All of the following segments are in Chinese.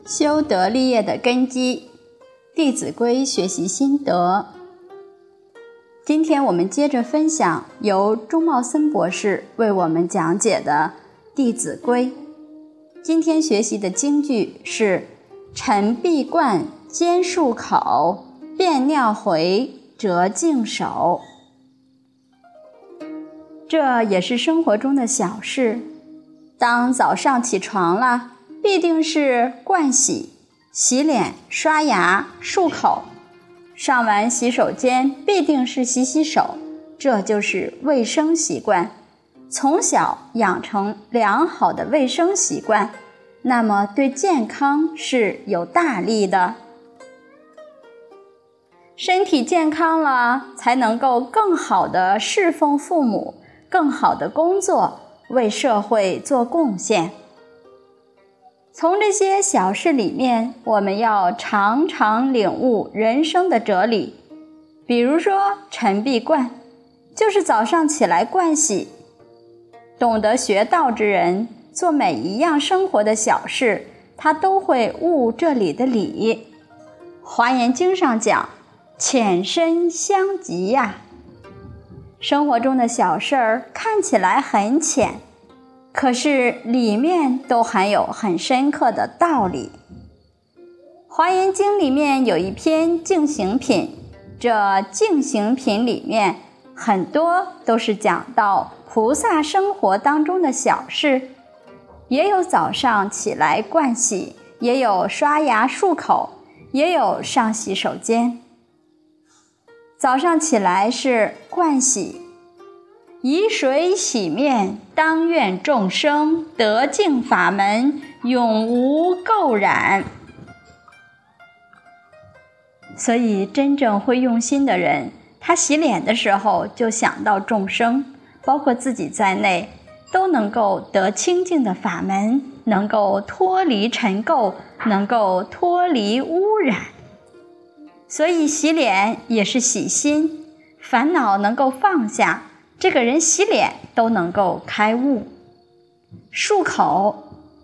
修德立业的根基，《弟子规》学习心得。今天我们接着分享由钟茂森博士为我们讲解的《弟子规》。今天学习的金句是：晨必冠，兼漱口，便尿回，折颈手。这也是生活中的小事。当早上起床了，必定是盥洗、洗脸、刷牙、漱口，上完洗手间必定是洗洗手，这就是卫生习惯。从小养成良好的卫生习惯，那么对健康是有大利的。身体健康了，才能够更好的侍奉父母，更好的工作，为社会做贡献。从这些小事里面，我们要常常领悟人生的哲理。比如说晨必冠，就是早上起来盥洗。懂得学道之人，做每一样生活的小事，他都会悟这里的理。华严经上讲，浅深相及呀。生活中的小事儿看起来很浅，可是里面都含有很深刻的道理。华严经里面有一篇净行品，这净行品里面很多都是讲到菩萨生活当中的小事，也有早上起来盥洗，也有刷牙漱口，也有上洗手间。早上起来是盥洗，以水洗面，当愿众生得净法门，永无垢染。所以真正会用心的人，他洗脸的时候就想到众生，包括自己在内，都能够得清净的法门，能够脱离尘垢，能够脱离污染。所以洗脸也是洗心，烦恼能够放下，这个人洗脸都能够开悟。漱口，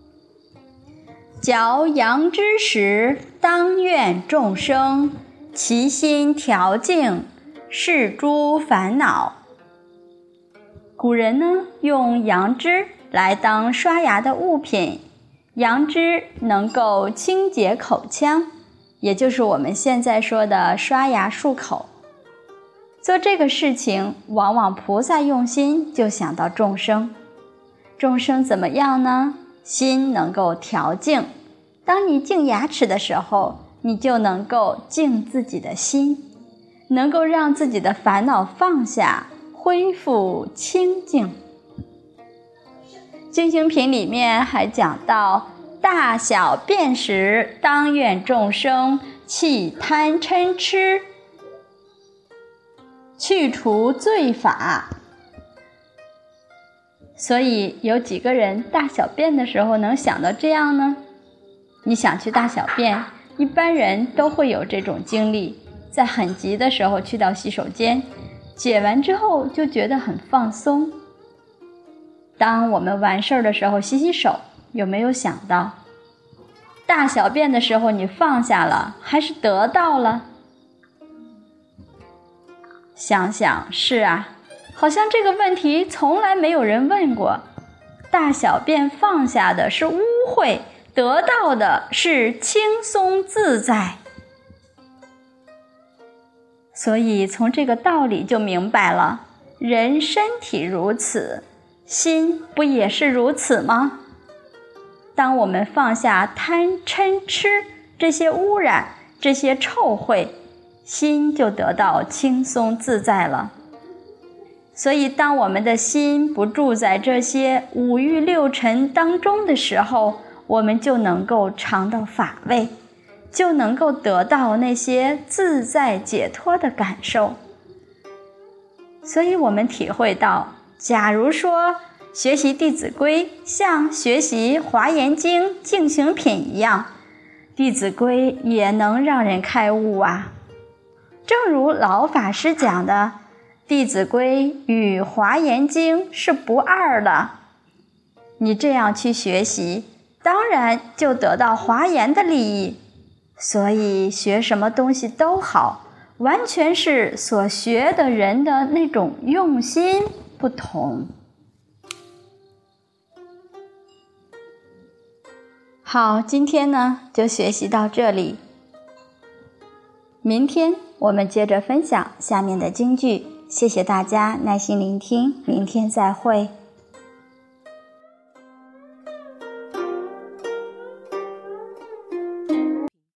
嚼杨枝时，当愿众生其心调净，是诸烦恼。古人呢，用杨枝来当刷牙的物品，杨枝能够清洁口腔，也就是我们现在说的刷牙漱口。做这个事情，往往菩萨用心就想到众生。众生怎么样呢？心能够调净。当你净牙齿的时候，你就能够净自己的心，能够让自己的烦恼放下，恢复清净。净行品里面还讲到，大小便时，当愿众生弃贪嗔痴，去除罪法。所以有几个人大小便的时候能想到这样呢？你想去大小便，一般人都会有这种经历，在很急的时候去到洗手间，解完之后就觉得很放松。当我们完事儿的时候洗洗手，有没有想到大小便的时候你放下了，还是得到了？想想是啊，好像这个问题从来没有人问过。大小便放下的是污秽，得到的是轻松自在。所以从这个道理就明白了，人身体如此，心不也是如此吗？当我们放下贪嗔痴这些污染，这些臭秽，心就得到轻松自在了。所以当我们的心不住在这些五欲六尘当中的时候，我们就能够尝到法味，就能够得到那些自在解脱的感受。所以我们体会到，假如说学习《弟子规》像学习《华严经》净行品一样，《弟子规》也能让人开悟啊。正如老法师讲的，《弟子规》与《华严经》是不二的。你这样去学习， 当然就得到华严的利益。所以学什么东西都好，完全是所学的人的那种用心不同。好，今天呢就学习到这里。明天我们接着分享下面的金句。谢谢大家耐心聆听，明天再会。